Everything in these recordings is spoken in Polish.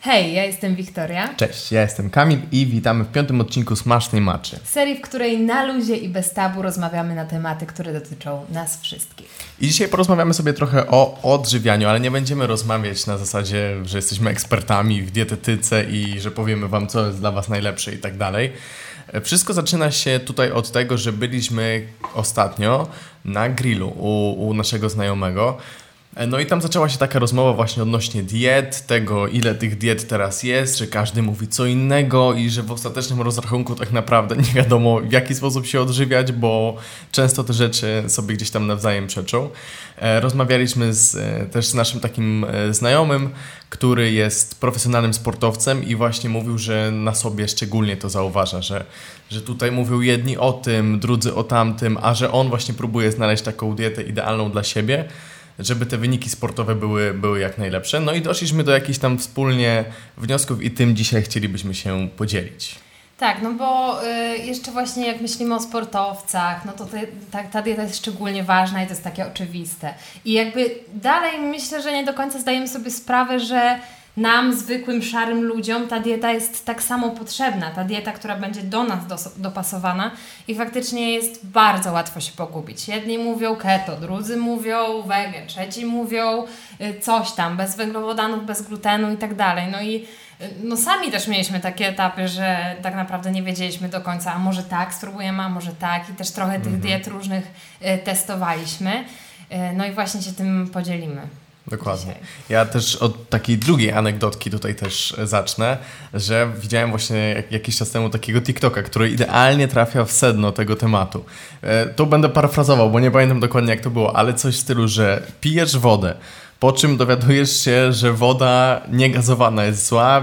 Hej, ja jestem Wiktoria. Cześć, ja jestem Kamil i witamy w 5. odcinku Smacznej Maczy. Serii, w której na luzie i bez tabu rozmawiamy na tematy, które dotyczą nas wszystkich. I dzisiaj porozmawiamy sobie trochę o odżywianiu, ale nie będziemy rozmawiać na zasadzie, że jesteśmy ekspertami w dietetyce i że powiemy wam, co jest dla was najlepsze i tak dalej. Wszystko zaczyna się tutaj od tego, że byliśmy ostatnio na grillu u naszego znajomego. No i tam zaczęła się taka rozmowa właśnie odnośnie diet, tego ile tych diet teraz jest, że każdy mówi co innego i że w ostatecznym rozrachunku tak naprawdę nie wiadomo w jaki sposób się odżywiać, bo często te rzeczy sobie gdzieś tam nawzajem przeczą. Rozmawialiśmy też z naszym takim znajomym, który jest profesjonalnym sportowcem i właśnie mówił, że na sobie szczególnie to zauważa, że tutaj mówią jedni o tym, drudzy o tamtym, a że on właśnie próbuje znaleźć taką dietę idealną dla siebie, żeby te wyniki sportowe były jak najlepsze. No i doszliśmy do jakichś tam wspólnie wniosków i tym dzisiaj chcielibyśmy się podzielić. Tak, no bo jeszcze właśnie jak myślimy o sportowcach, no to ta dieta jest szczególnie ważna i to jest takie oczywiste. I jakby dalej myślę, że nie do końca zdajemy sobie sprawę, że nam, zwykłym, szarym ludziom ta dieta jest tak samo potrzebna. Ta dieta, która będzie do nas dopasowana i faktycznie jest bardzo łatwo się pogubić. Jedni mówią keto, drudzy mówią wege, trzeci mówią coś tam, bez węglowodanów, bez glutenu i tak dalej. No i sami też mieliśmy takie etapy, że tak naprawdę nie wiedzieliśmy do końca, a może tak spróbujemy, a może tak i też trochę tych diet różnych testowaliśmy. No i właśnie się tym podzielimy. Dokładnie. Dzisiaj. Ja też od takiej drugiej anegdotki tutaj też zacznę, że widziałem właśnie jakiś czas temu takiego TikToka, który idealnie trafia w sedno tego tematu. Tu będę parafrazował, bo nie pamiętam dokładnie jak to było, ale coś w stylu, że pijesz wodę, po czym dowiadujesz się, że woda niegazowana jest zła,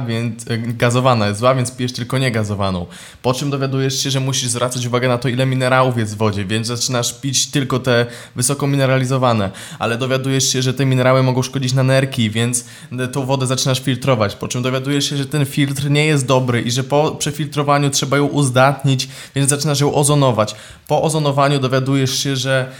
więc pijesz tylko niegazowaną. Po czym dowiadujesz się, że musisz zwracać uwagę na to, ile minerałów jest w wodzie, więc zaczynasz pić tylko te wysoko mineralizowane, ale dowiadujesz się, że te minerały mogą szkodzić na nerki, więc tą wodę zaczynasz filtrować. Po czym dowiadujesz się, że ten filtr nie jest dobry i że po przefiltrowaniu trzeba ją uzdatnić, więc zaczynasz ją ozonować. Po ozonowaniu dowiadujesz się, że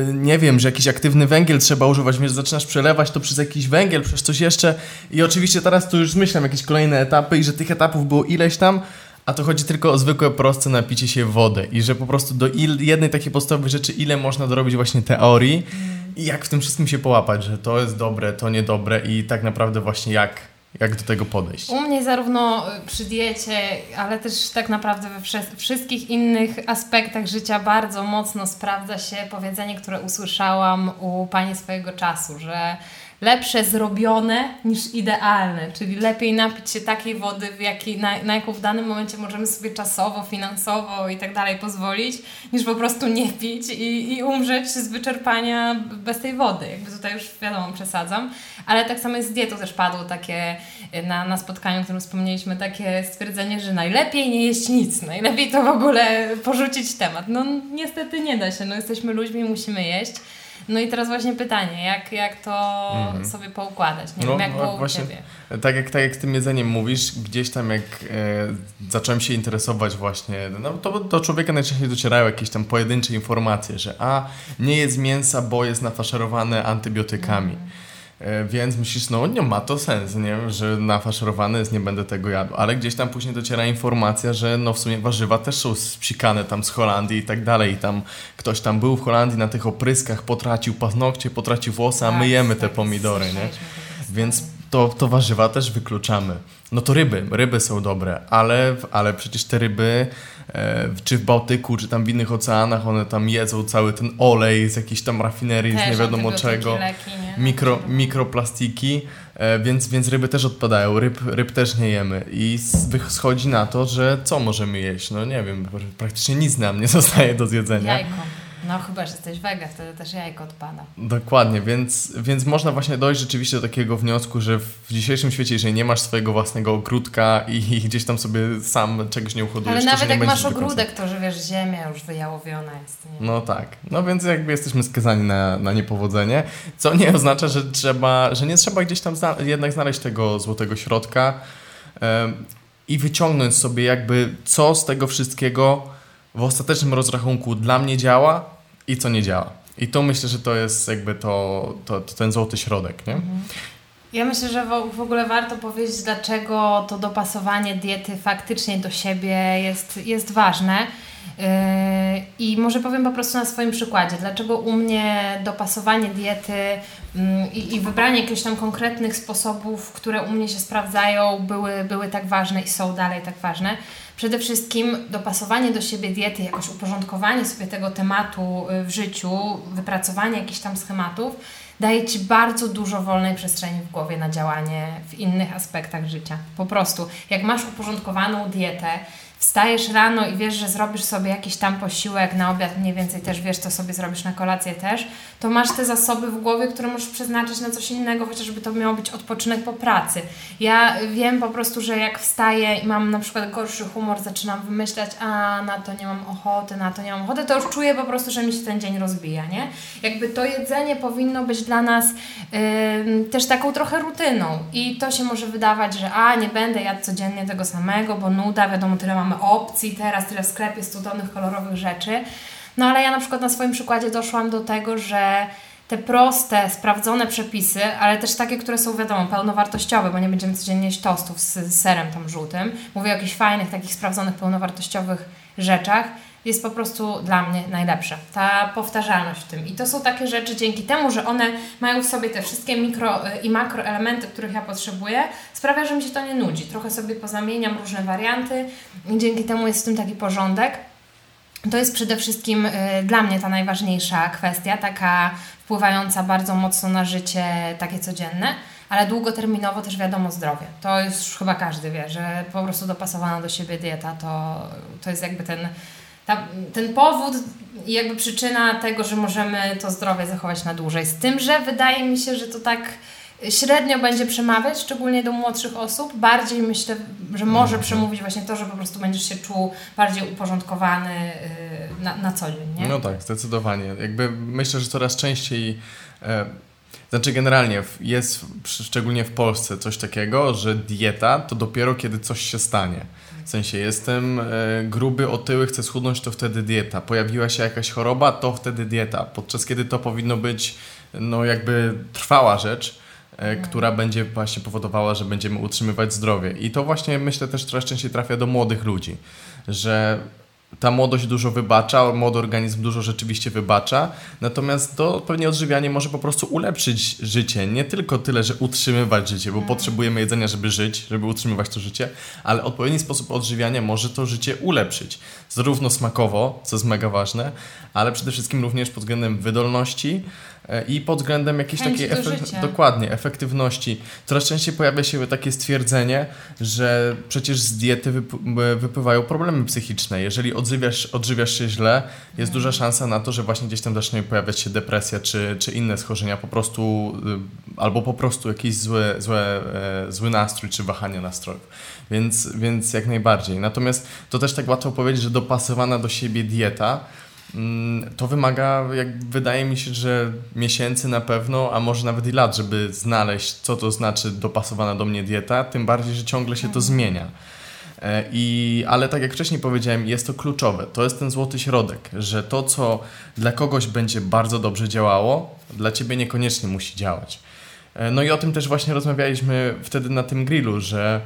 że jakiś aktywny węgiel trzeba używać, więc zaczynasz przelewać to przez jakiś węgiel, przez coś jeszcze i oczywiście teraz tu już zmyślam jakieś kolejne etapy i że tych etapów było ileś tam, a to chodzi tylko o zwykłe, proste napicie się wody i że po prostu do jednej takiej podstawowej rzeczy ile można dorobić właśnie teorii i jak w tym wszystkim się połapać, że to jest dobre, to niedobre i tak naprawdę właśnie jak do tego podejść. U mnie zarówno przy diecie, ale też tak naprawdę we wszystkich innych aspektach życia bardzo mocno sprawdza się powiedzenie, które usłyszałam u pani swojego czasu, że lepsze zrobione niż idealne, czyli lepiej napić się takiej wody, na jaką w danym momencie możemy sobie czasowo, finansowo i tak dalej pozwolić, niż po prostu nie pić i umrzeć z wyczerpania bez tej wody. Jakby tutaj już wiadomo, przesadzam, ale tak samo jest z dietą też padło takie na spotkaniu, o którym wspomnieliśmy, takie stwierdzenie, że najlepiej nie jeść nic, najlepiej to w ogóle porzucić temat. No niestety nie da się, jesteśmy ludźmi, musimy jeść. No i teraz właśnie pytanie, jak to sobie poukładać? Nie wiem, jak było u Ciebie? Tak jak z tym jedzeniem mówisz, gdzieś tam jak zacząłem się interesować właśnie, to do człowieka najczęściej docierają jakieś tam pojedyncze informacje, że nie jedz mięsa, bo jest nafaszerowane antybiotykami. Więc myślisz, nie ma to sens, nie? Że nafaszerowane jest, nie będę tego jadł. Ale gdzieś tam później dociera informacja, że w sumie warzywa też są spsikane tam z Holandii i tak dalej. I tam ktoś tam był w Holandii na tych opryskach, potracił paznokcie, potracił włosy, a my jemy te pomidory, nie? Więc to warzywa też wykluczamy. No to ryby są dobre, ale przecież te ryby czy w Bałtyku, czy tam w innych oceanach, one tam jedzą cały ten olej z jakiejś tam rafinerii, z nie wiadomo czego, mikroplastiki, więc ryby też odpadają, ryb też nie jemy i schodzi na to, że co możemy jeść? No nie wiem, praktycznie nic nam nie zostaje do zjedzenia. Jajko. No chyba, że jesteś wega, wtedy też jajko odpada. Dokładnie, więc można właśnie dojść rzeczywiście do takiego wniosku, że w dzisiejszym świecie, jeżeli nie masz swojego własnego ogródka i gdzieś tam sobie sam czegoś nie uhodujesz, ale to nawet nie jak masz do końca. ogródek, to że ziemia już wyjałowiona jest. Nie? No tak, więc jakby jesteśmy skazani na niepowodzenie, co nie oznacza, że nie trzeba gdzieś tam jednak znaleźć tego złotego środka i wyciągnąć sobie jakby co z tego wszystkiego w ostatecznym rozrachunku dla mnie działa i co nie działa. I to myślę, że to jest jakby ten złoty środek, nie? Ja myślę, że w ogóle warto powiedzieć, dlaczego to dopasowanie diety faktycznie do siebie jest ważne. I może powiem po prostu na swoim przykładzie, dlaczego u mnie dopasowanie diety i wybranie jakichś tam konkretnych sposobów, które u mnie się sprawdzają, były tak ważne i są dalej tak ważne. Przede wszystkim dopasowanie do siebie diety, jakoś uporządkowanie sobie tego tematu w życiu, wypracowanie jakichś tam schematów daje Ci bardzo dużo wolnej przestrzeni w głowie na działanie w innych aspektach życia. Po prostu, jak masz uporządkowaną dietę, wstajesz rano i wiesz, że zrobisz sobie jakiś tam posiłek na obiad, mniej więcej też wiesz, co sobie zrobisz na kolację też, to masz te zasoby w głowie, które możesz przeznaczyć na coś innego, chociażby to miał być odpoczynek po pracy. Ja wiem po prostu, że jak wstaję i mam na przykład gorszy humor, zaczynam wymyślać, na to nie mam ochoty, na to nie mam ochoty, to już czuję po prostu, że mi się ten dzień rozbija, nie? Jakby to jedzenie powinno być dla nas też taką trochę rutyną i to się może wydawać, że nie będę jadł codziennie tego samego, bo nuda, wiadomo, tyle mamy opcji teraz, tyle w sklepie cudownych, kolorowych rzeczy. No ale ja na przykład na swoim przykładzie doszłam do tego, że te proste, sprawdzone przepisy, ale też takie, które są wiadomo, pełnowartościowe, bo nie będziemy codziennie jeść tostów z serem tam żółtym. Mówię o jakichś fajnych, takich sprawdzonych, pełnowartościowych rzeczach. Jest po prostu dla mnie najlepsze. Ta powtarzalność w tym. I to są takie rzeczy dzięki temu, że one mają w sobie te wszystkie mikro i makroelementy, których ja potrzebuję, sprawia, że mi się to nie nudzi. Trochę sobie pozamieniam różne warianty i dzięki temu jest w tym taki porządek. To jest przede wszystkim dla mnie ta najważniejsza kwestia, taka wpływająca bardzo mocno na życie takie codzienne, ale długoterminowo też wiadomo zdrowie. To już chyba każdy wie, że po prostu dopasowana do siebie dieta to jest jakby ten powód i jakby przyczyna tego, że możemy to zdrowie zachować na dłużej. Z tym, że wydaje mi się, że to tak średnio będzie przemawiać, szczególnie do młodszych osób. Bardziej myślę, że może przemówić właśnie to, że po prostu będziesz się czuł bardziej uporządkowany na co dzień, nie? No tak, zdecydowanie. Jakby myślę, że coraz częściej, znaczy generalnie jest, szczególnie w Polsce, coś takiego, że dieta to dopiero kiedy coś się stanie. W sensie jestem gruby, otyły, chcę schudnąć, to wtedy dieta. Pojawiła się jakaś choroba, to wtedy dieta. Podczas kiedy to powinno być jakby trwała rzecz, która będzie właśnie powodowała, że będziemy utrzymywać zdrowie. I to właśnie myślę też coraz częściej trafia do młodych ludzi, że ta młodość dużo wybacza, młody organizm dużo rzeczywiście wybacza, natomiast to pewnie odżywianie może po prostu ulepszyć życie. Nie tylko tyle, że utrzymywać życie, bo potrzebujemy jedzenia, żeby żyć, żeby utrzymywać to życie, ale odpowiedni sposób odżywiania może to życie ulepszyć. Zarówno smakowo, co jest mega ważne, ale przede wszystkim również pod względem wydolności i pod względem jakiejś takiej dokładnie, efektywności. Coraz częściej pojawia się takie stwierdzenie, że przecież z diety wypływają problemy psychiczne. Jeżeli odżywiasz się źle, jest duża szansa na to, że właśnie gdzieś tam zacznie pojawiać się depresja czy inne schorzenia, albo po prostu jakiś zły nastrój czy wahania nastrojów. Więc jak najbardziej. Natomiast to też tak łatwo powiedzieć, że dopasowana do siebie dieta to wymaga, wydaje mi się, że miesięcy na pewno, a może nawet i lat, żeby znaleźć, co to znaczy dopasowana do mnie dieta, tym bardziej, że ciągle się to zmienia. Ale tak jak wcześniej powiedziałem, jest to kluczowe. To jest ten złoty środek, że to, co dla kogoś będzie bardzo dobrze działało, dla Ciebie niekoniecznie musi działać. No i o tym też właśnie rozmawialiśmy wtedy na tym grillu, że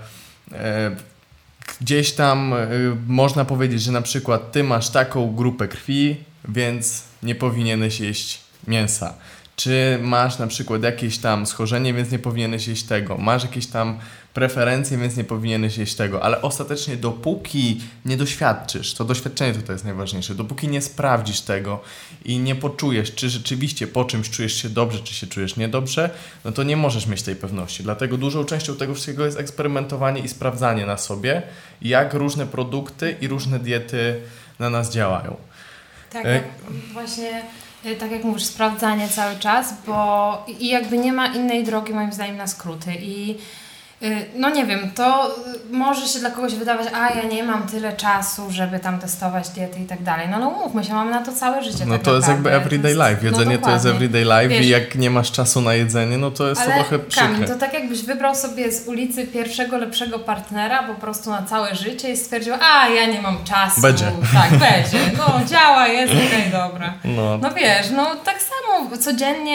gdzieś tam można powiedzieć, że na przykład Ty masz taką grupę krwi, więc nie powinieneś jeść mięsa. Czy masz na przykład jakieś tam schorzenie, więc nie powinieneś jeść tego. Masz jakieś tam preferencje, więc nie powinieneś jeść tego. Ale ostatecznie dopóki nie doświadczysz, to doświadczenie tutaj jest najważniejsze, dopóki nie sprawdzisz tego i nie poczujesz, czy rzeczywiście po czymś czujesz się dobrze, czy się czujesz niedobrze, no to nie możesz mieć tej pewności. Dlatego dużą częścią tego wszystkiego jest eksperymentowanie i sprawdzanie na sobie, jak różne produkty i różne diety na nas działają. Tak, właśnie tak jak mówisz, sprawdzanie cały czas, bo i jakby nie ma innej drogi moim zdaniem na skróty i no nie wiem, to może się dla kogoś wydawać, ja nie mam tyle czasu, żeby tam testować diety i tak dalej. No umówmy się, mamy na to całe życie. No tak to jest jakby everyday life. Jedzenie to jest everyday life. Wiesz, i jak nie masz czasu na jedzenie, no to jest to trochę przykre. Kamil, to tak jakbyś wybrał sobie z ulicy pierwszego, lepszego partnera po prostu na całe życie i stwierdził, ja nie mam czasu. Będzie. Tak, będzie. No działa, jest okej, dobra. No wiesz, tak samo codziennie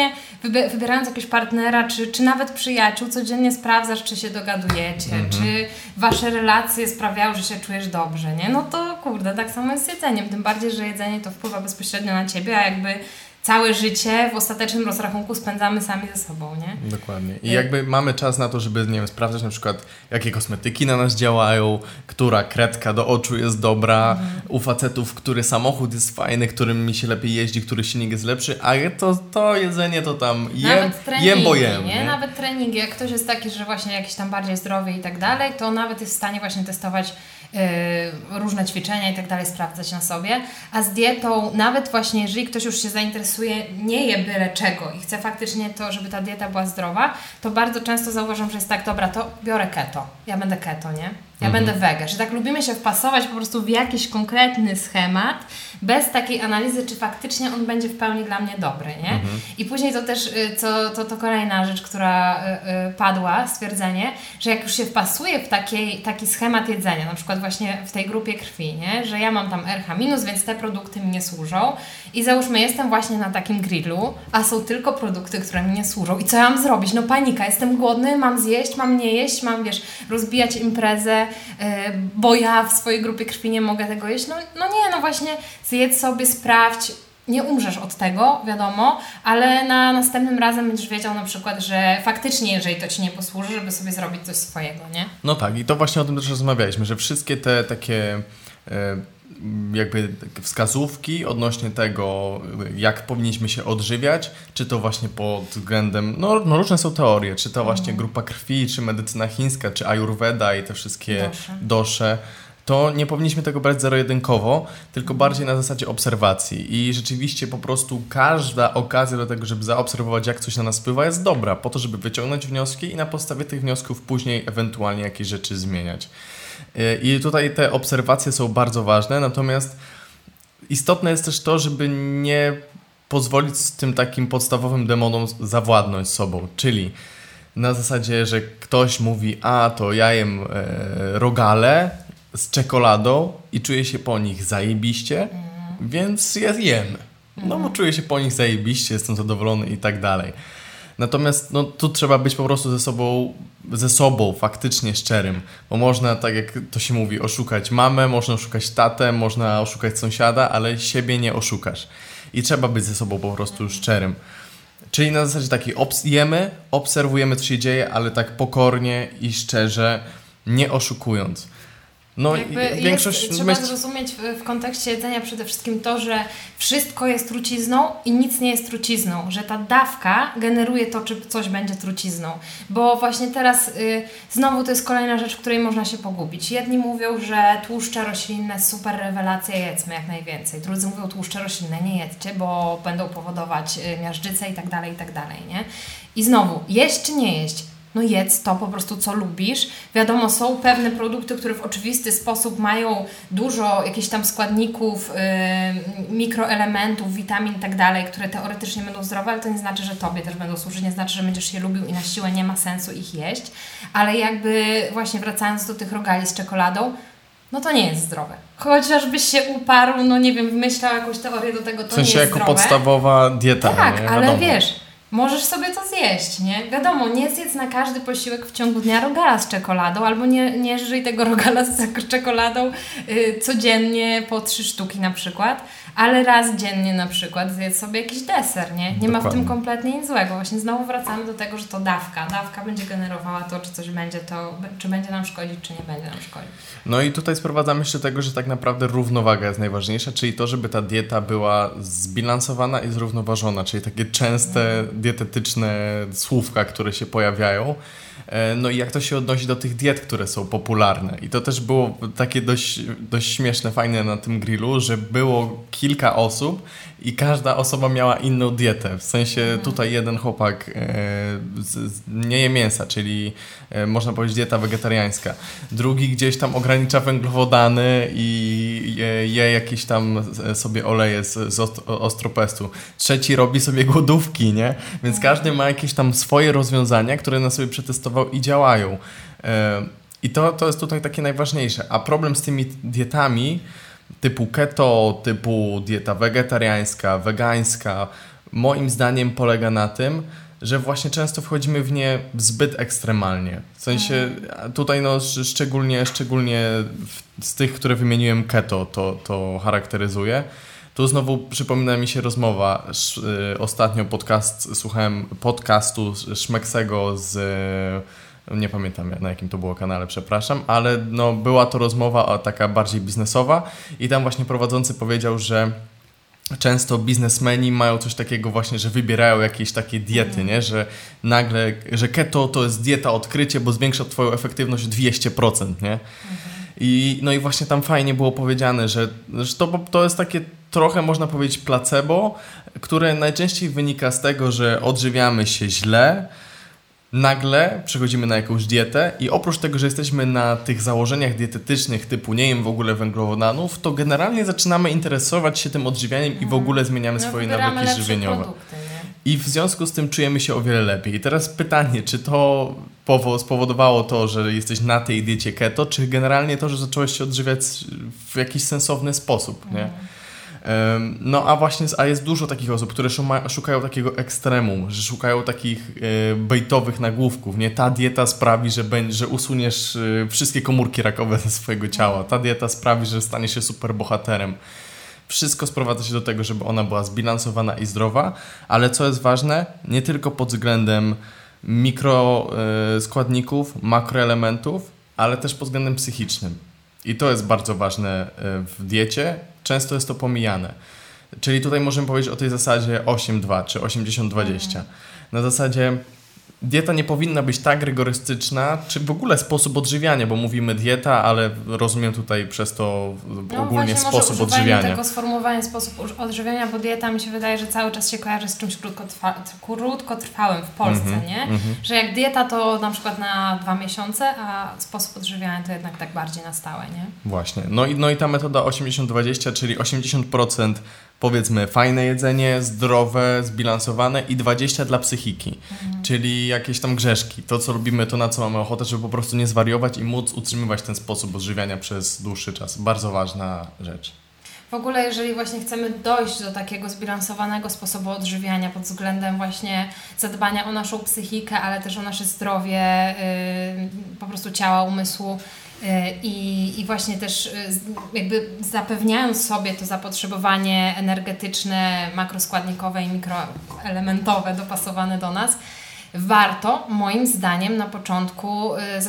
wybierając jakiegoś partnera, czy nawet przyjaciół, codziennie sprawdzasz, czy się dogadujecie, czy wasze relacje sprawiają, że się czujesz dobrze, nie? No to kurde, tak samo jest z jedzeniem, tym bardziej, że jedzenie to wpływa bezpośrednio na ciebie, a jakby całe życie w ostatecznym rozrachunku spędzamy sami ze sobą, nie? Dokładnie. I jakby mamy czas na to, żeby, nie wiem, sprawdzać na przykład, jakie kosmetyki na nas działają, która kredka do oczu jest dobra, u facetów, który samochód jest fajny, którym mi się lepiej jeździ, który silnik jest lepszy, a to jedzenie to tam jem, bo jem. Nie? Nawet treningi, jak ktoś jest taki, że właśnie jakiś tam bardziej zdrowy i tak dalej, to nawet jest w stanie właśnie testować różne ćwiczenia i tak dalej, sprawdzać na sobie, a z dietą, nawet właśnie jeżeli ktoś już się zainteresuje, nie je byle czego i chce faktycznie to, żeby ta dieta była zdrowa, to bardzo często zauważam, że jest tak, dobra, to biorę keto, ja będę keto, nie? Ja będę wege, że tak lubimy się wpasować po prostu w jakiś konkretny schemat, bez takiej analizy, czy faktycznie on będzie w pełni dla mnie dobry, nie? I później to też, to kolejna rzecz, która padła, stwierdzenie, że jak już się wpasuje w taki schemat jedzenia, na przykład właśnie w tej grupie krwi, nie? Że ja mam tam RH-, więc te produkty mi nie służą i załóżmy, jestem właśnie na takim grillu, a są tylko produkty, które mi nie służą i co ja mam zrobić? No panika, jestem głodny, mam zjeść, mam nie jeść, mam, wiesz, rozbijać imprezę, bo ja w swojej grupie krwi nie mogę tego jeść. No nie, no właśnie zjedz sobie, sprawdź, nie umrzesz od tego, wiadomo, ale na następnym razem będziesz wiedział na przykład, że faktycznie, jeżeli to Ci nie posłuży, żeby sobie zrobić coś swojego, nie? No tak, i to właśnie o tym też rozmawialiśmy, że wszystkie te takie jakby wskazówki odnośnie tego, jak powinniśmy się odżywiać, czy to właśnie pod względem, no różne są teorie, czy to właśnie grupa krwi, czy medycyna chińska, czy ayurveda i te wszystkie dosze, to nie powinniśmy tego brać zero-jedynkowo, tylko bardziej na zasadzie obserwacji i rzeczywiście po prostu każda okazja do tego, żeby zaobserwować, jak coś na nas wpływa, jest dobra, po to, żeby wyciągnąć wnioski i na podstawie tych wniosków później ewentualnie jakieś rzeczy zmieniać. I tutaj te obserwacje są bardzo ważne, natomiast istotne jest też to, żeby nie pozwolić z tym takim podstawowym demonom zawładnąć sobą, czyli na zasadzie, że ktoś mówi, a to ja jem rogale z czekoladą i czuję się po nich zajebiście, więc ja jem. No bo czuję się po nich zajebiście, jestem zadowolony i tak dalej. Natomiast no, tu trzeba być po prostu ze sobą faktycznie szczerym, bo można, tak jak to się mówi, oszukać mamę, można oszukać tatę, można oszukać sąsiada, ale siebie nie oszukasz. I trzeba być ze sobą po prostu szczerym. Czyli na zasadzie takiej jemy, obserwujemy, co się dzieje, ale tak pokornie i szczerze, nie oszukując. No większość trzeba zrozumieć w kontekście jedzenia przede wszystkim to, że wszystko jest trucizną i nic nie jest trucizną, że ta dawka generuje to, czy coś będzie trucizną, bo właśnie teraz znowu to jest kolejna rzecz, w której można się pogubić. Jedni mówią, że tłuszcze roślinne, super rewelacja, jedzmy jak najwięcej. Drudzy mówią, tłuszcze roślinne nie jedzcie, bo będą powodować miażdżycę i tak dalej, nie? I znowu, jeść czy nie jeść? No jedz to po prostu, co lubisz. Wiadomo, są pewne produkty, które w oczywisty sposób mają dużo jakichś tam składników, mikroelementów, witamin i tak dalej, które teoretycznie będą zdrowe, ale to nie znaczy, że Tobie też będą służyć, nie znaczy, że będziesz je lubił i na siłę nie ma sensu ich jeść. Ale jakby właśnie wracając do tych rogali z czekoladą, no to nie jest zdrowe. Chociażbyś się uparł, no nie wiem, wymyślał jakąś teorię do tego, to nie jest zdrowe. W sensie jako podstawowa dieta. Tak, nie? ale wiesz, możesz sobie to zjeść, nie? Wiadomo, nie zjedz na każdy posiłek w ciągu dnia rogala z czekoladą, albo nie żyj tego rogala z czekoladą codziennie po 3 sztuki na przykład, ale raz dziennie na przykład zjedz sobie jakiś deser, nie? Nie ma w tym kompletnie nic złego. Właśnie znowu wracamy do tego, że to dawka. Dawka będzie generowała to, czy coś będzie czy będzie nam szkodzić, czy nie będzie nam szkodzić. No i tutaj sprowadzamy jeszcze tego, że tak naprawdę równowaga jest najważniejsza, czyli to, żeby ta dieta była zbilansowana i zrównoważona, czyli takie częste dietetyczne słówka, które się pojawiają. No i jak to się odnosi do tych diet, które są popularne. I to też było takie dość śmieszne, fajne na tym grillu, że było kilka osób i każda osoba miała inną dietę. W sensie tutaj jeden chłopak nie je mięsa, czyli można powiedzieć dieta wegetariańska. Drugi gdzieś tam ogranicza węglowodany i je jakieś tam sobie oleje z ostropestu. Trzeci robi sobie głodówki, nie? Więc każdy ma jakieś tam swoje rozwiązania, które na sobie przetestował i działają. I to jest tutaj takie najważniejsze. A problem z tymi dietami typu keto, typu dieta wegetariańska, wegańska, moim zdaniem polega na tym, że właśnie często wchodzimy w nie zbyt ekstremalnie. W sensie tutaj szczególnie z tych, które wymieniłem, keto to charakteryzuje. Tu znowu przypomina mi się rozmowa. Ostatnio słuchałem podcastu Szmeksego z... Nie pamiętam na jakim to było kanale, przepraszam, ale była to rozmowa taka bardziej biznesowa i tam właśnie prowadzący powiedział, że często biznesmeni mają coś takiego właśnie, że wybierają jakieś takie diety, nie? Że nagle, że keto to jest dieta odkrycie, bo zwiększa twoją efektywność o 200%, nie? I właśnie tam fajnie było powiedziane, że to jest takie trochę, można powiedzieć, placebo, które najczęściej wynika z tego, że odżywiamy się źle, nagle przechodzimy na jakąś dietę i oprócz tego, że jesteśmy na tych założeniach dietetycznych typu nie jem w ogóle węglowodanów, to generalnie zaczynamy interesować się tym odżywianiem i w ogóle zmieniamy swoje nawyki żywieniowe. Produkty, I w związku z tym czujemy się o wiele lepiej. I teraz pytanie, czy to spowodowało to, że jesteś na tej diecie keto, czy generalnie to, że zacząłeś się odżywiać w jakiś sensowny sposób, nie? A jest dużo takich osób, które szukają takiego ekstremum, że szukają takich bejtowych nagłówków, nie? Ta dieta sprawi, że usuniesz wszystkie komórki rakowe ze swojego ciała. Ta dieta sprawi, że staniesz się superbohaterem. Wszystko sprowadza się do tego, żeby ona była zbilansowana i zdrowa, ale co jest ważne, nie tylko pod względem mikroskładników, makroelementów, ale też pod względem psychicznym. I to jest bardzo ważne w diecie. Często jest to pomijane. Czyli tutaj możemy powiedzieć o tej zasadzie 8-2 czy 80-20. Na zasadzie dieta nie powinna być tak rygorystyczna, czy w ogóle sposób odżywiania, bo mówimy dieta, ale rozumiem tutaj przez to ogólnie sposób odżywiania. Tego sformułowania sposób odżywiania, bo dieta mi się wydaje, że cały czas się kojarzy z czymś krótkotrwałym w Polsce, nie? Że jak dieta to na przykład na 2 miesiące, a sposób odżywiania to jednak tak bardziej na stałe, nie? Właśnie. No i ta metoda 80-20, czyli 80% powiedzmy fajne jedzenie, zdrowe, zbilansowane i 20 dla psychiki, czyli jakieś tam grzeszki, to co lubimy, to na co mamy ochotę, żeby po prostu nie zwariować i móc utrzymywać ten sposób odżywiania przez dłuższy czas. Bardzo ważna rzecz. W ogóle jeżeli właśnie chcemy dojść do takiego zbilansowanego sposobu odżywiania pod względem właśnie zadbania o naszą psychikę, ale też o nasze zdrowie, po prostu ciała, umysłu, i właśnie też jakby zapewniając sobie to zapotrzebowanie energetyczne, makroskładnikowe i mikroelementowe dopasowane do nas, warto moim zdaniem na początku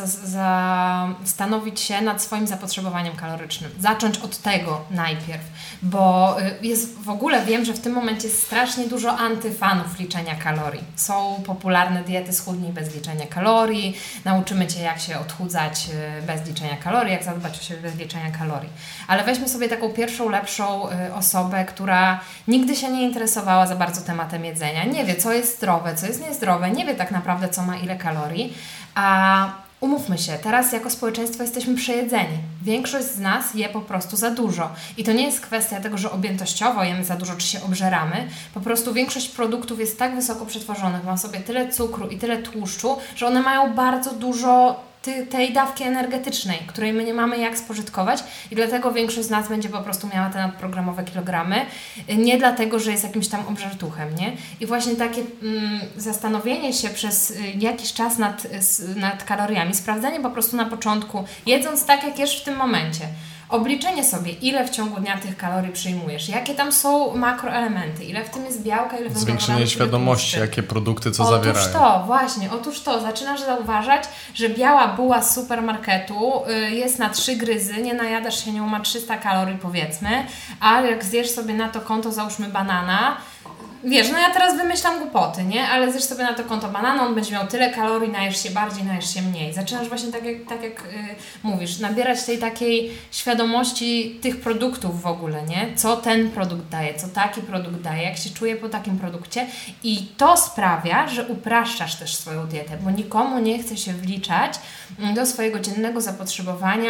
zastanowić się nad swoim zapotrzebowaniem kalorycznym. Zacząć od tego najpierw, bo jest w ogóle wiem, że w tym momencie jest strasznie dużo antyfanów liczenia kalorii. Są popularne diety schudnij bez liczenia kalorii, nauczymy Cię jak się odchudzać bez liczenia kalorii, jak zadbać o siebie bez liczenia kalorii. Ale weźmy sobie taką pierwszą, lepszą osobę, która nigdy się nie interesowała za bardzo tematem jedzenia, nie wie co jest zdrowe, co jest niezdrowe, nie wie tak naprawdę co ma ile kalorii, a umówmy się, teraz jako społeczeństwo jesteśmy przejedzeni. Większość z nas je po prostu za dużo. I to nie jest kwestia tego, że objętościowo jemy za dużo, czy się obżeramy. Po prostu większość produktów jest tak wysoko przetworzonych, ma sobie tyle cukru i tyle tłuszczu, że one mają bardzo dużo tej dawki energetycznej, której my nie mamy jak spożytkować i dlatego większość z nas będzie po prostu miała te nadprogramowe kilogramy, nie dlatego, że jest jakimś tam obżartuchem, nie? I właśnie takie zastanowienie się przez jakiś czas nad kaloriami, sprawdzenie po prostu na początku, jedząc tak, jak jesz w tym momencie, obliczenie sobie, ile w ciągu dnia tych kalorii przyjmujesz, jakie tam są makroelementy, ile w tym jest białka, ile węglowodanów. Zwiększenie świadomości, jakie produkty co zawierają. Otóż to, zaczynasz zauważać, że biała buła z supermarketu jest na 3 gryzy, nie najadasz się nią, ma 300 kalorii powiedzmy, a jak zjesz sobie na to konto, załóżmy banana, wiesz, ja teraz wymyślam głupoty, nie? Ale zjesz sobie na to konto banana, on będzie miał tyle kalorii, najesz się bardziej, najesz się mniej. Zaczynasz właśnie tak jak mówisz, nabierać tej takiej świadomości tych produktów w ogóle, nie? Co ten produkt daje, co taki produkt daje, jak się czuje po takim produkcie i to sprawia, że upraszczasz też swoją dietę, bo nikomu nie chce się wliczać do swojego dziennego zapotrzebowania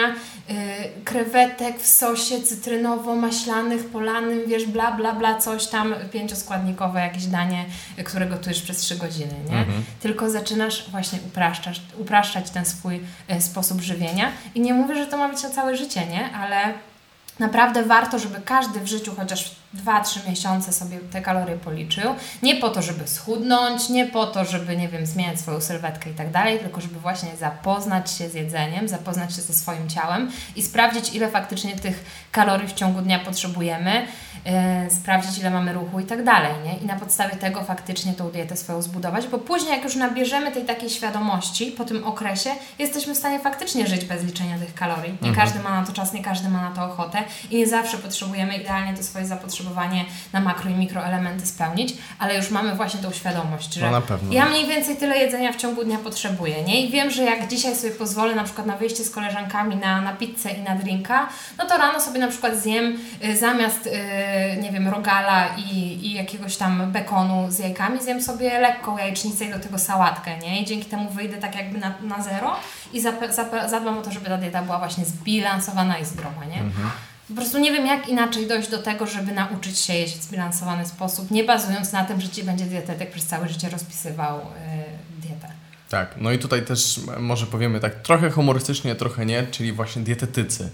krewetek w sosie cytrynowo-maślanych, polanym, wiesz, bla, bla, bla, coś tam, 5-składnikowe jakieś danie, które gotujesz przez 3 godziny, nie? Tylko zaczynasz właśnie upraszczać ten swój sposób żywienia i nie mówię, że to ma być na całe życie, nie? Ale naprawdę warto, żeby każdy w życiu chociaż 2-3 miesiące sobie te kalorie policzył, nie po to, żeby schudnąć, nie po to, żeby, nie wiem, zmieniać swoją sylwetkę i tak dalej, tylko żeby właśnie zapoznać się z jedzeniem, zapoznać się ze swoim ciałem i sprawdzić, ile faktycznie tych kalorii w ciągu dnia potrzebujemy, sprawdzić, ile mamy ruchu i tak dalej, nie? I na podstawie tego faktycznie tą dietę swoją zbudować, bo później jak już nabierzemy tej takiej świadomości po tym okresie, jesteśmy w stanie faktycznie żyć bez liczenia tych kalorii. Nie każdy ma na to czas, nie każdy ma na to ochotę i nie zawsze potrzebujemy idealnie to swoje zapotrzebowanie na makro i mikroelementy spełnić, ale już mamy właśnie tą świadomość, że na pewno. Ja mniej więcej tyle jedzenia w ciągu dnia potrzebuję, nie? I wiem, że jak dzisiaj sobie pozwolę na przykład na wyjście z koleżankami na pizzę i na drinka, no to rano sobie na przykład zjem zamiast nie wiem, rogala i jakiegoś tam bekonu z jajkami, zjem sobie lekką jajecznicę i do tego sałatkę, nie? I dzięki temu wyjdę tak jakby na zero i zadbam o to, żeby ta dieta była właśnie zbilansowana i zdrowa, nie? Po prostu nie wiem, jak inaczej dojść do tego, żeby nauczyć się jeść w zbilansowany sposób, nie bazując na tym, że Ci będzie dietetyk przez całe życie rozpisywał dietę. Tak, no i tutaj też może powiemy tak trochę humorystycznie, trochę nie, czyli właśnie dietetycy.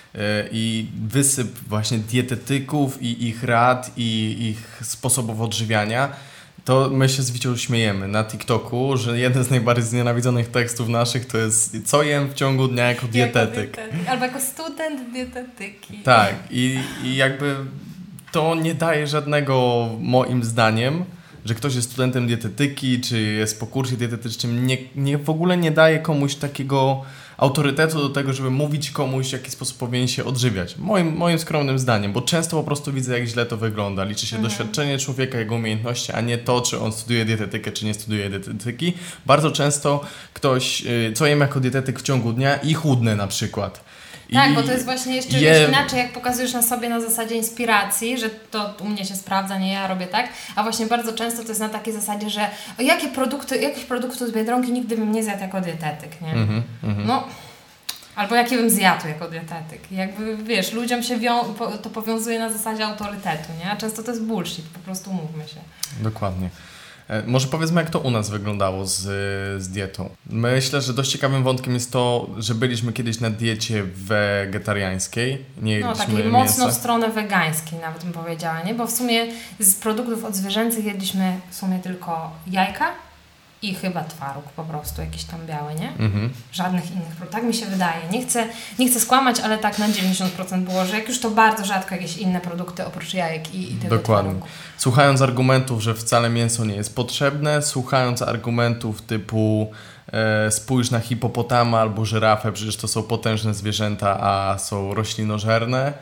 I wysyp właśnie dietetyków i ich rad i ich sposobów odżywiania, to my się z Wicią śmiejemy na TikToku, że jeden z najbardziej znienawidzonych tekstów naszych to jest co jem w ciągu dnia jako dietetyk. Albo jako student dietetyki. Tak, i jakby to nie daje żadnego, moim zdaniem, że ktoś jest studentem dietetyki, czy jest po kursie dietetycznym, w ogóle nie daje komuś takiego autorytetu do tego, żeby mówić komuś, w jaki sposób powinien się odżywiać. Moim skromnym zdaniem, bo często po prostu widzę, jak źle to wygląda. Liczy się doświadczenie człowieka, jego umiejętności, a nie to, czy on studiuje dietetykę, czy nie studiuje dietetyki. Bardzo często ktoś, co jem jako dietetyk w ciągu dnia i chudnę na przykład. Tak, bo to jest właśnie jeszcze wiesz, inaczej, jak pokazujesz na sobie na zasadzie inspiracji, że to u mnie się sprawdza, nie ja robię tak, a właśnie bardzo często to jest na takiej zasadzie, że jakich produktów z Biedronki nigdy bym nie zjadł jako dietetyk, nie? No, albo jakie bym zjadł jako dietetyk. I jakby, wiesz, ludziom się to powiązuje na zasadzie autorytetu, nie? A często to jest bullshit, po prostu mówmy się. Dokładnie. Może powiedzmy, jak to u nas wyglądało z dietą. Myślę, że dość ciekawym wątkiem jest to, że byliśmy kiedyś na diecie wegetariańskiej. Nie jedliśmy takiej mięsa. mocno w stronę wegańskiej nawet bym powiedziała, nie? Bo w sumie z produktów odzwierzęcych jedliśmy w sumie tylko jajka i chyba twaróg po prostu, jakiś tam biały, nie? Żadnych innych produktów. Tak mi się wydaje. Nie chcę skłamać, ale tak na 90% było, że jak już to bardzo rzadko jakieś inne produkty oprócz jajek i tego Dokładnie. twarogu. Słuchając argumentów, że wcale mięso nie jest potrzebne, słuchając argumentów typu spójrz na hipopotama albo żyrafę, przecież to są potężne zwierzęta, a są roślinożerne.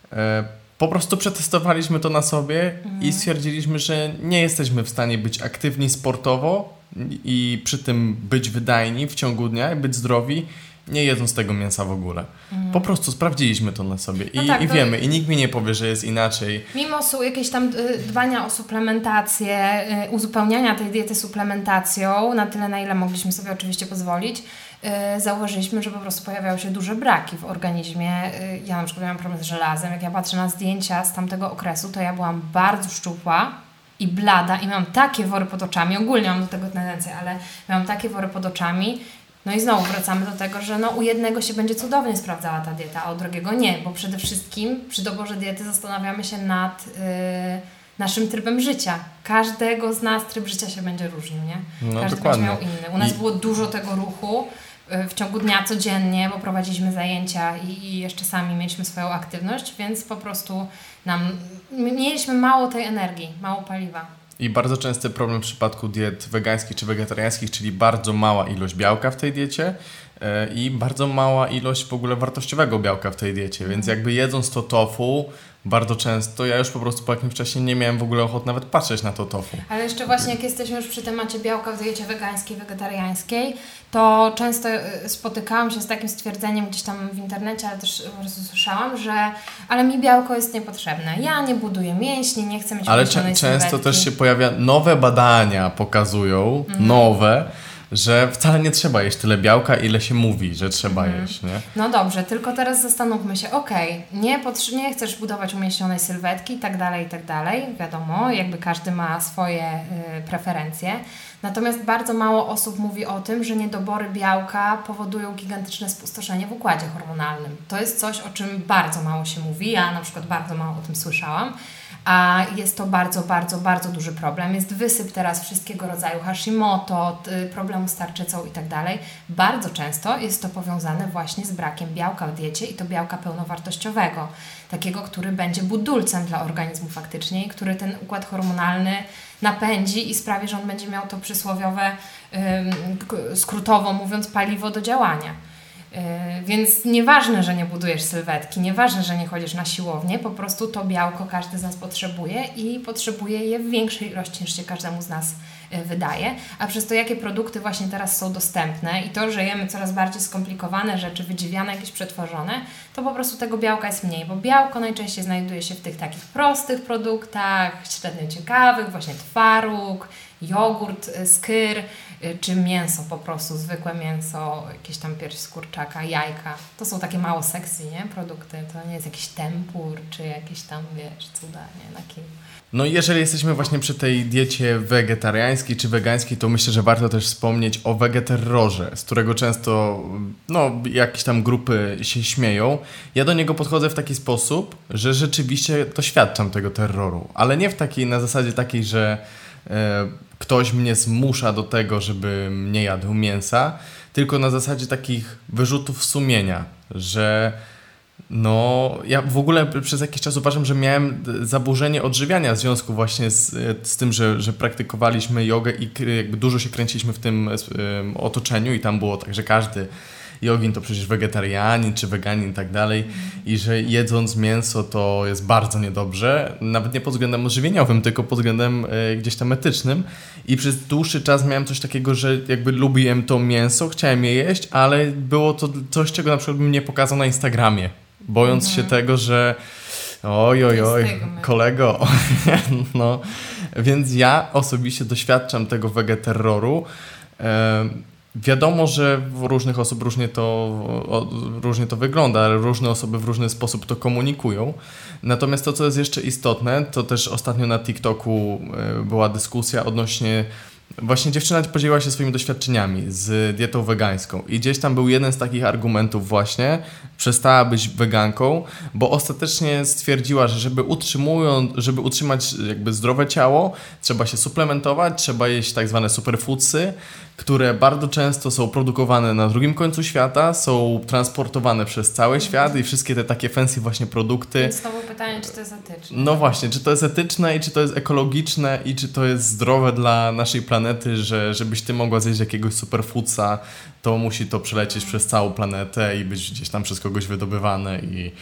Po prostu przetestowaliśmy to na sobie i stwierdziliśmy, że nie jesteśmy w stanie być aktywni sportowo i przy tym być wydajni w ciągu dnia i być zdrowi, nie jedząc tego mięsa w ogóle. Po prostu sprawdziliśmy to na sobie i wiemy, i nikt mi nie powie, że jest inaczej. Mimo jakieś tam dbania o suplementację, uzupełniania tej diety suplementacją, na tyle, na ile mogliśmy sobie oczywiście pozwolić, zauważyliśmy, że po prostu pojawiały się duże braki w organizmie. Ja na przykład miałam problem z żelazem. Jak ja patrzę na zdjęcia z tamtego okresu, to ja byłam bardzo szczupła i blada i miałam takie wory pod oczami. Ogólnie mam do tego tendencję, ale miałam takie wory pod oczami. No i znowu wracamy do tego, że u jednego się będzie cudownie sprawdzała ta dieta, a u drugiego nie, bo przede wszystkim przy doborze diety zastanawiamy się nad naszym trybem życia. Każdego z nas tryb życia się będzie różnił, nie? Każdy będzie miał inny. U nas było dużo tego ruchu w ciągu dnia codziennie, bo prowadziliśmy zajęcia i jeszcze sami mieliśmy swoją aktywność, więc po prostu mieliśmy mało tej energii, mało paliwa. I bardzo częsty problem w przypadku diet wegańskich czy wegetariańskich, czyli bardzo mała ilość białka w tej diecie i bardzo mała ilość w ogóle wartościowego białka w tej diecie, więc jakby jedząc to tofu, bardzo często ja już po prostu po jakimś czasie nie miałem w ogóle ochoty nawet patrzeć na to tofu. Ale jeszcze właśnie jak jesteśmy już przy temacie białka w diecie wegańskiej, wegetariańskiej, to często spotykałam się z takim stwierdzeniem gdzieś tam w internecie, ale też po prostu słyszałam, że ale mi białko jest niepotrzebne. Ja nie buduję mięśni, nie chcę mieć umięśnionej sylwetki. Ale często też się pojawia, nowe badania pokazują, nowe, że wcale nie trzeba jeść tyle białka, ile się mówi, że trzeba jeść, nie? No dobrze, tylko teraz zastanówmy się, nie chcesz budować umięśnionej sylwetki i tak dalej, wiadomo, jakby każdy ma swoje preferencje, natomiast bardzo mało osób mówi o tym, że niedobory białka powodują gigantyczne spustoszenie w układzie hormonalnym. To jest coś, o czym bardzo mało się mówi, ja na przykład bardzo mało o tym słyszałam, a jest to bardzo, bardzo, bardzo duży problem. Jest wysyp teraz wszystkiego rodzaju Hashimoto, problemu z tarczycą i tak dalej. Bardzo często jest to powiązane właśnie z brakiem białka w diecie i to białka pełnowartościowego, takiego, który będzie budulcem dla organizmu faktycznie i który ten układ hormonalny napędzi i sprawi, że on będzie miał to przysłowiowe, skrótowo mówiąc, paliwo do działania. Więc nieważne, że nie budujesz sylwetki, nieważne, że nie chodzisz na siłownię, po prostu to białko każdy z nas potrzebuje i potrzebuje je w większej ilości niż się każdemu z nas wydaje, a przez to jakie produkty właśnie teraz są dostępne i to, że jemy coraz bardziej skomplikowane rzeczy, wydziwiane, jakieś przetworzone, to po prostu tego białka jest mniej, bo białko najczęściej znajduje się w tych takich prostych produktach, średnio ciekawych, właśnie twaróg, jogurt, skyr, czy mięso po prostu, zwykłe mięso, jakieś tam pierś z kurczaka, jajka. To są takie mało sexy, nie? Produkty. To nie jest jakiś tempur, czy jakieś tam, wiesz, cuda, nie? Na kim. No i jeżeli jesteśmy właśnie przy tej diecie wegetariańskiej czy wegańskiej, to myślę, że warto też wspomnieć o wegeterrorze, z którego często jakieś tam grupy się śmieją. Ja do niego podchodzę w taki sposób, że rzeczywiście doświadczam tego terroru, ale nie w takiej, na zasadzie takiej, że ktoś mnie zmusza do tego, żebym nie jadł mięsa, tylko na zasadzie takich wyrzutów sumienia, że ja w ogóle przez jakiś czas uważam, że miałem zaburzenie odżywiania w związku właśnie z tym, że praktykowaliśmy jogę i jakby dużo się kręciliśmy w tym otoczeniu i tam było tak, że każdy jogin to przecież wegetarianin czy weganin i tak dalej i że jedząc mięso to jest bardzo niedobrze, nawet nie pod względem odżywieniowym, tylko pod względem gdzieś tam etycznym i przez dłuższy czas miałem coś takiego, że jakby lubiłem to mięso, chciałem je jeść, ale było to coś, czego na przykład bym nie pokazał na Instagramie, bojąc się tego, że oj, kolego, no, więc ja osobiście doświadczam tego wegeterroru. Wiadomo, że u różnych osób różnie to wygląda, ale różne osoby w różny sposób to komunikują. Natomiast to, co jest jeszcze istotne, to też ostatnio na TikToku była dyskusja odnośnie... Właśnie dziewczyna podzieliła się swoimi doświadczeniami z dietą wegańską i gdzieś tam był jeden z takich argumentów właśnie, przestała być weganką, bo ostatecznie stwierdziła, że żeby utrzymać jakby zdrowe ciało, trzeba się suplementować, trzeba jeść tak zwane superfoodsy, które bardzo często są produkowane na drugim końcu świata, są transportowane przez cały świat i wszystkie te takie fancy właśnie produkty. Więc znowu pytanie, czy to jest etyczne. No właśnie, czy to jest etyczne i czy to jest ekologiczne i czy to jest zdrowe dla naszej planety, że żebyś ty mogła zjeść jakiegoś superfoodsa, to musi to przelecieć przez całą planetę i być gdzieś tam przez kogoś wydobywane i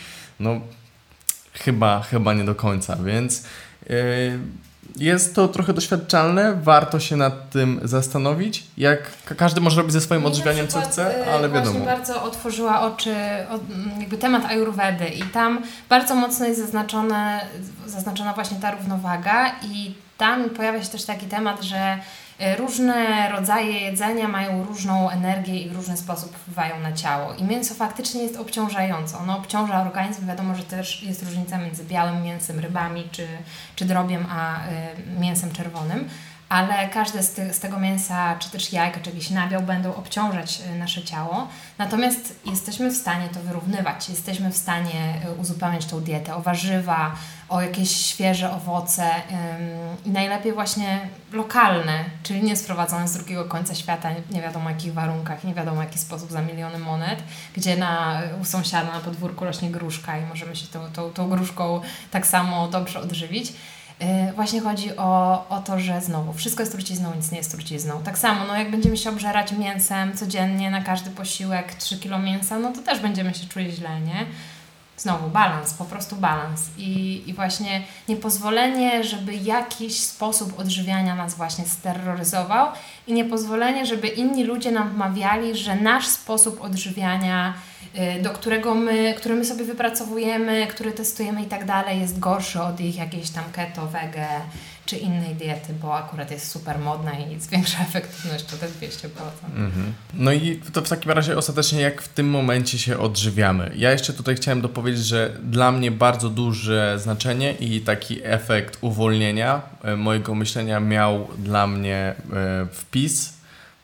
chyba nie do końca, więc jest to trochę doświadczalne, warto się nad tym zastanowić. Każdy może robić ze swoim odżywianiem co chce, ale wiadomo. Właśnie bardzo otworzyła oczy jakby temat ajurwedy i tam bardzo mocno jest zaznaczona właśnie ta równowaga i tam pojawia się też taki temat, że różne rodzaje jedzenia mają różną energię i w różny sposób wpływają na ciało. I mięso faktycznie jest obciążające. Ono obciąża organizm. Wiadomo, że też jest różnica między białym mięsem, rybami czy drobiem, a mięsem czerwonym. Ale każde z tego mięsa, czy też jajka, czy jakiś nabiał będą obciążać nasze ciało. Natomiast jesteśmy w stanie to wyrównywać. Jesteśmy w stanie uzupełniać tą dietę o warzywa, o jakieś świeże owoce i najlepiej właśnie lokalne, czyli nie sprowadzone z drugiego końca świata, nie wiadomo jakich warunkach, nie wiadomo w jaki sposób za miliony monet, gdzie u sąsiada na podwórku rośnie gruszka i możemy się tą gruszką tak samo dobrze odżywić. Właśnie chodzi o to, że znowu wszystko jest trucizną, nic nie jest trucizną. Tak samo, jak będziemy się obżerać mięsem codziennie na każdy posiłek 3 kilo mięsa, to też będziemy się czuli źle, nie? Znowu balans, po prostu balans. I właśnie niepozwolenie, żeby jakiś sposób odżywiania nas właśnie steroryzował i niepozwolenie, żeby inni ludzie nam wmawiali, że nasz sposób odżywiania, który my sobie wypracowujemy, który testujemy i tak dalej, jest gorszy od ich jakiejś tam keto, wege czy innej diety, bo akurat jest super modna i zwiększa efektywność o te 200%. No i to w takim razie ostatecznie jak w tym momencie się odżywiamy. Ja jeszcze tutaj chciałem dopowiedzieć, że dla mnie bardzo duże znaczenie i taki efekt uwolnienia mojego myślenia miał dla mnie wpis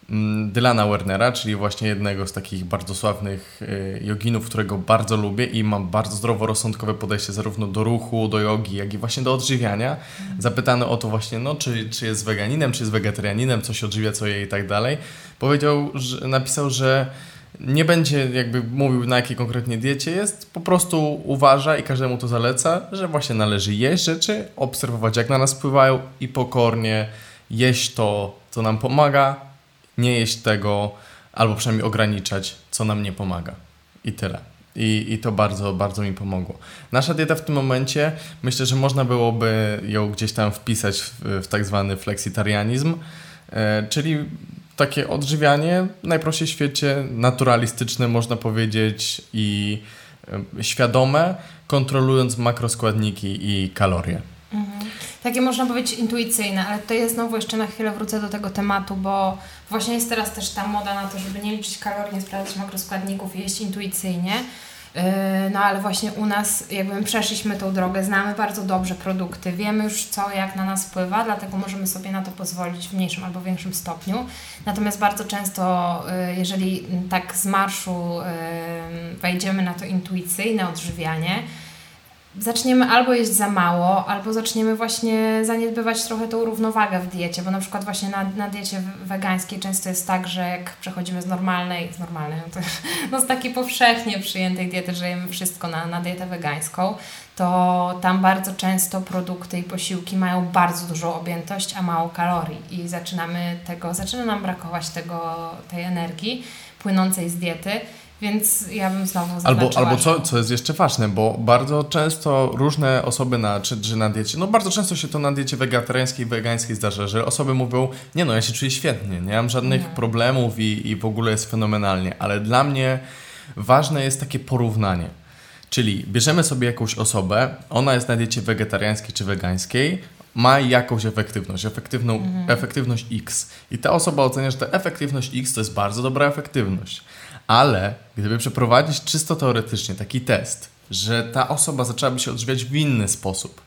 Dylana Wernera, czyli właśnie jednego z takich bardzo sławnych joginów, którego bardzo lubię i mam bardzo zdroworozsądkowe podejście zarówno do ruchu, do jogi, jak i właśnie do odżywiania. Zapytany o to właśnie, czy jest weganinem, czy jest wegetarianinem, co się odżywia, co je i tak dalej. Napisał, że nie będzie jakby mówił, na jakiej konkretnie diecie jest, po prostu uważa i każdemu to zaleca, że właśnie należy jeść rzeczy, obserwować jak na nas wpływają i pokornie jeść to, co nam pomaga, nie jeść tego, albo przynajmniej ograniczać, co nam nie pomaga. I tyle. I to bardzo, bardzo mi pomogło. Nasza dieta w tym momencie, myślę, że można byłoby ją gdzieś tam wpisać w tak zwany fleksitarianizm, czyli takie odżywianie najprościej w świecie, naturalistyczne można powiedzieć i świadome, kontrolując makroskładniki i kalorie. Takie można powiedzieć intuicyjne, ale tutaj ja znowu jeszcze na chwilę wrócę do tego tematu, bo właśnie jest teraz też ta moda na to, żeby nie liczyć kalorii, nie sprawdzać makroskładników i jeść intuicyjnie. No ale właśnie u nas jakby my przeszliśmy tą drogę, znamy bardzo dobrze produkty, wiemy już co, jak na nas wpływa, dlatego możemy sobie na to pozwolić w mniejszym albo większym stopniu. Natomiast bardzo często, jeżeli tak z marszu wejdziemy na to intuicyjne odżywianie, zaczniemy albo jeść za mało, albo zaczniemy właśnie zaniedbywać trochę tą równowagę w diecie, bo na przykład właśnie na diecie wegańskiej często jest tak, że jak przechodzimy z normalnej, to z takiej powszechnie przyjętej diety, że jemy wszystko na dietę wegańską, to tam bardzo często produkty i posiłki mają bardzo dużą objętość, a mało kalorii i zaczyna nam brakować tej energii płynącej z diety. Więc ja bym znowu zaznaczyła, albo co jest jeszcze ważne, bo bardzo często różne osoby czy na diecie, bardzo często się to na diecie wegetariańskiej i wegańskiej zdarza, że osoby mówią, ja się czuję świetnie, nie mam żadnych problemów i w ogóle jest fenomenalnie, ale dla mnie ważne jest takie porównanie. Czyli bierzemy sobie jakąś osobę, ona jest na diecie wegetariańskiej czy wegańskiej, ma jakąś efektywność X i ta osoba ocenia, że ta efektywność X to jest bardzo dobra efektywność. Ale gdyby przeprowadzić czysto teoretycznie taki test, że ta osoba zaczęłaby się odżywiać w inny sposób,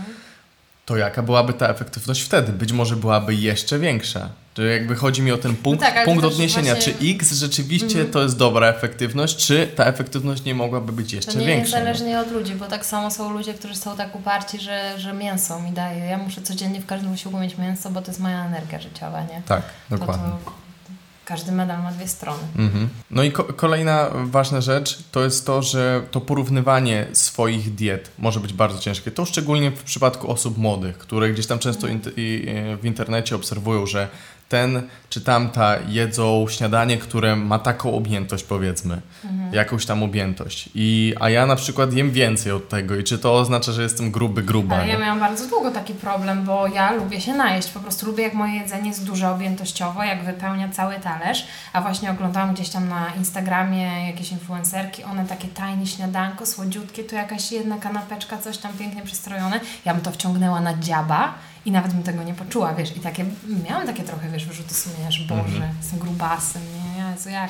to jaka byłaby ta efektywność wtedy? Być może byłaby jeszcze większa. To jakby chodzi mi o ten punkt odniesienia, właśnie... czy X rzeczywiście to jest dobra efektywność, czy ta efektywność nie mogłaby być jeszcze większa. To niezależnie od ludzi, bo tak samo są ludzie, którzy są tak uparci, że mięso mi daje. Ja muszę codziennie w każdym wysiłku mieć mięso, bo to jest moja energia życiowa, nie? Tak, dokładnie. Każdy medal ma dwie strony. No i kolejna ważna rzecz to jest to, że to porównywanie swoich diet może być bardzo ciężkie. To szczególnie w przypadku osób młodych, które gdzieś tam często w internecie obserwują, że ten czy tamta jedzą śniadanie, które ma taką objętość, powiedzmy, jakąś tam objętość. A ja na przykład jem więcej od tego i czy to oznacza, że jestem gruba? Ale ja miałam bardzo długo taki problem, bo ja lubię się najeść, po prostu lubię jak moje jedzenie jest duże objętościowo, jak wypełnia cały talerz, a właśnie oglądałam gdzieś tam na Instagramie jakieś influencerki, one takie tajne śniadanko, słodziutkie, tu jakaś jedna kanapeczka, coś tam pięknie przystrojone, ja bym to wciągnęła na dziaba i nawet bym tego nie poczuła, wiesz, i miałam takie trochę, wyrzuty sumienia, że Boże, jestem grubasem, nie, Jezu, jak?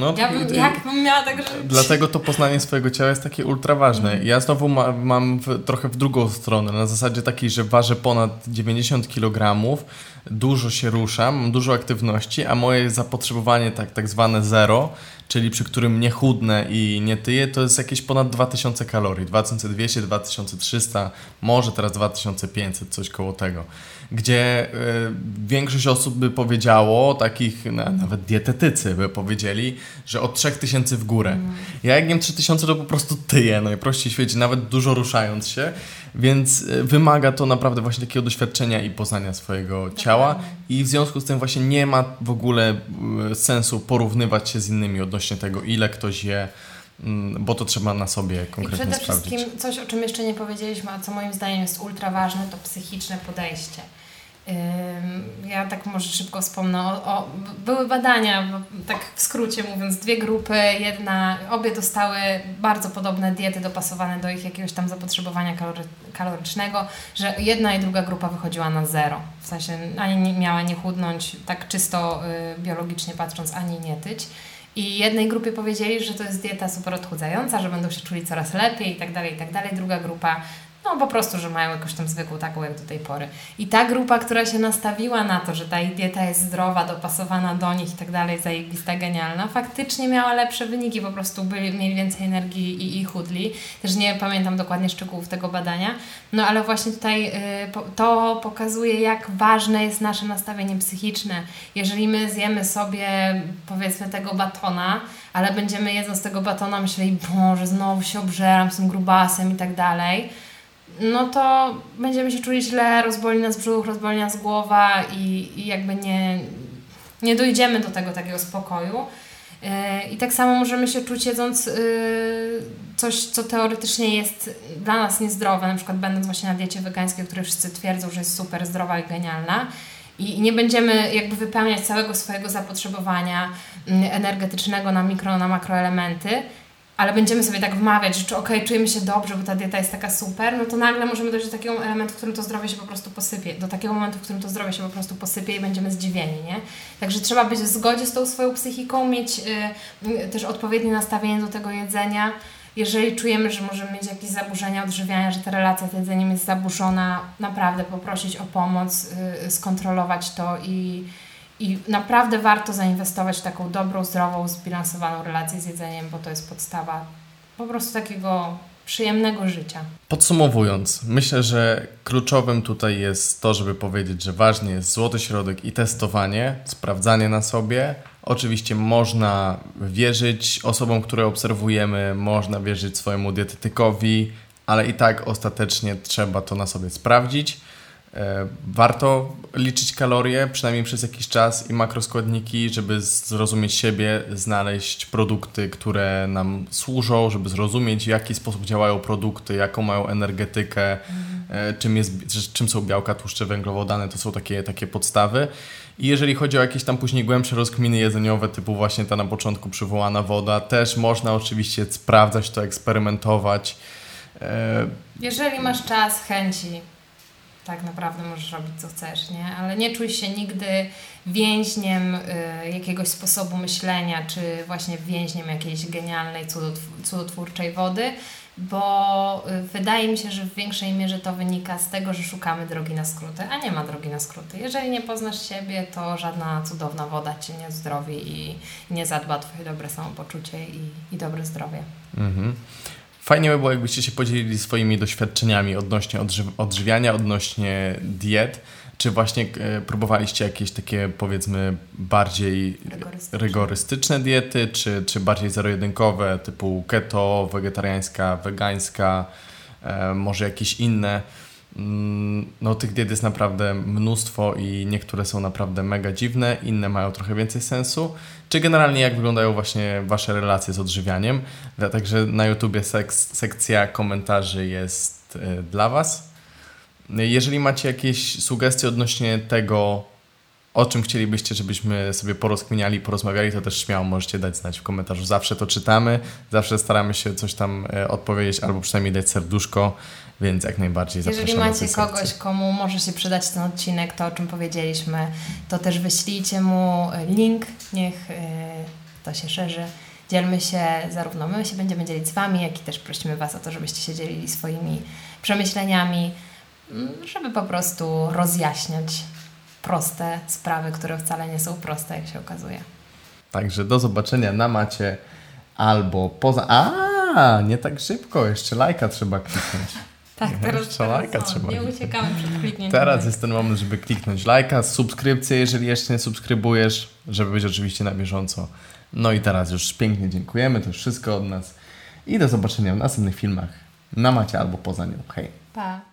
Jak bym miała tak żyć? Dlatego to poznanie swojego ciała jest takie ultra ważne. Ja znowu mam trochę w drugą stronę, na zasadzie takiej, że ważę ponad 90 kg, dużo się ruszam, mam dużo aktywności, a moje zapotrzebowanie tak zwane zero, czyli przy którym nie chudnę i nie tyję, to jest jakieś ponad 2000 kalorii, 2200, 2300, może teraz 2500, coś koło tego. Gdzie większość osób by powiedziało, takich nawet dietetycy by powiedzieli, że od 3000 w górę. Ja jak jem 3000 to po prostu tyję, najprościej w świecie, nawet dużo ruszając się, więc wymaga to naprawdę właśnie takiego doświadczenia i poznania swojego ciała i w związku z tym właśnie nie ma w ogóle sensu porównywać się z innymi odnośnie tego, ile ktoś je, bo to trzeba na sobie konkretnie sprawdzić. I przede wszystkim coś, o czym jeszcze nie powiedzieliśmy, a co moim zdaniem jest ultra ważne, to psychiczne podejście. Ja tak może szybko wspomnę były badania, tak w skrócie mówiąc, dwie grupy, obie dostały bardzo podobne diety dopasowane do ich jakiegoś tam zapotrzebowania kalorycznego, że jedna i druga grupa wychodziła na zero, w sensie ani nie miała nie chudnąć, tak czysto biologicznie patrząc, ani nie tyć. I jednej grupie powiedzieli, że to jest dieta super odchudzająca, że będą się czuli coraz lepiej i tak dalej, i tak dalej. Druga grupa no po prostu, że mają jakąś tam zwykłą taką jak do tej pory. I ta grupa, która się nastawiła na to, że ta ich dieta jest zdrowa, dopasowana do nich i tak dalej, zajebista, genialna, faktycznie miała lepsze wyniki, po prostu mieli więcej energii i chudli. Też nie pamiętam dokładnie szczegółów tego badania, no ale właśnie tutaj to pokazuje, jak ważne jest nasze nastawienie psychiczne. Jeżeli my zjemy sobie, powiedzmy, tego batona, ale będziemy jedząc tego batona myśleli, Boże, znowu się obżeram z tym grubasem i tak dalej, no to będziemy się czuli źle, rozboli nas brzuch, rozboli nas głowa i jakby nie dojdziemy do tego takiego spokoju. I tak samo możemy się czuć jedząc coś, co teoretycznie jest dla nas niezdrowe, na przykład będąc właśnie na diecie wegańskiej, o której wszyscy twierdzą, że jest super zdrowa i genialna. I nie będziemy jakby wypełniać całego swojego zapotrzebowania energetycznego na mikro, na makroelementy, ale będziemy sobie tak wmawiać, że czujemy się dobrze, bo ta dieta jest taka super, no to nagle możemy dojść do takiego elementu, w którym to zdrowie się po prostu posypie. Do takiego momentu, w którym to zdrowie się po prostu posypie i będziemy zdziwieni, nie? Także trzeba być w zgodzie z tą swoją psychiką, mieć też odpowiednie nastawienie do tego jedzenia. Jeżeli czujemy, że możemy mieć jakieś zaburzenia odżywiania, że ta relacja z jedzeniem jest zaburzona, naprawdę poprosić o pomoc, skontrolować to i naprawdę warto zainwestować w taką dobrą, zdrową, zbilansowaną relację z jedzeniem, bo to jest podstawa po prostu takiego przyjemnego życia. Podsumowując, myślę, że kluczowym tutaj jest to, żeby powiedzieć, że ważny jest złoty środek i testowanie, sprawdzanie na sobie. Oczywiście można wierzyć osobom, które obserwujemy, można wierzyć swojemu dietetykowi, ale i tak ostatecznie trzeba to na sobie sprawdzić. Warto liczyć kalorie, przynajmniej przez jakiś czas i makroskładniki, żeby zrozumieć siebie, znaleźć produkty, które nam służą, żeby zrozumieć, w jaki sposób działają produkty, jaką mają energetykę, czym są białka, tłuszcze, węglowodany, to są takie podstawy. I jeżeli chodzi o jakieś tam później głębsze rozkminy jedzeniowe, typu właśnie ta na początku przywołana woda, też można oczywiście sprawdzać to, eksperymentować. Jeżeli masz czas, chęci, tak naprawdę możesz robić co chcesz, nie? Ale nie czuj się nigdy więźniem jakiegoś sposobu myślenia, czy właśnie więźniem jakiejś genialnej, cudotwórczej wody, bo wydaje mi się, że w większej mierze to wynika z tego, że szukamy drogi na skróty, a nie ma drogi na skróty. Jeżeli nie poznasz siebie, to żadna cudowna woda Cię nie uzdrowi i nie zadba o Twoje dobre samopoczucie i dobre zdrowie. Mhm. Fajnie by było, jakbyście się podzielili swoimi doświadczeniami odnośnie odżywiania, odnośnie diet. Czy właśnie próbowaliście jakieś takie, powiedzmy, bardziej rygorystyczne diety, czy bardziej zero-jedynkowe, typu keto, wegetariańska, wegańska, może jakieś inne? No tych diet jest naprawdę mnóstwo i niektóre są naprawdę mega dziwne, inne mają trochę więcej sensu. Czy generalnie jak wyglądają właśnie Wasze relacje z odżywianiem? Także na YouTubie sekcja komentarzy jest dla Was. Jeżeli macie jakieś sugestie odnośnie tego, o czym chcielibyście, żebyśmy sobie porozkminiali, porozmawiali, to też śmiało możecie dać znać w komentarzu. Zawsze to czytamy, zawsze staramy się coś tam odpowiedzieć albo przynajmniej dać serduszko, więc jak najbardziej zapraszamy. Jeżeli macie kogoś, komu może się przydać ten odcinek, to o czym powiedzieliśmy, to też wyślijcie mu link, niech to się szerzy. Dzielmy się, zarówno my się będziemy dzielić z Wami, jak i też prosimy Was o to, żebyście się dzielili swoimi przemyśleniami, żeby po prostu rozjaśniać proste sprawy, które wcale nie są proste, jak się okazuje. Także do zobaczenia na macie albo poza... nie tak szybko, jeszcze lajka trzeba kliknąć. Tak, teraz lajka trzeba. Nie uciekamy przed kliknięciem. Teraz jest ten moment, żeby kliknąć lajka, subskrypcję, jeżeli jeszcze nie subskrybujesz, żeby być oczywiście na bieżąco. No i teraz już pięknie dziękujemy, to już wszystko od nas i do zobaczenia w następnych filmach na macie albo poza nią. Hej! Pa!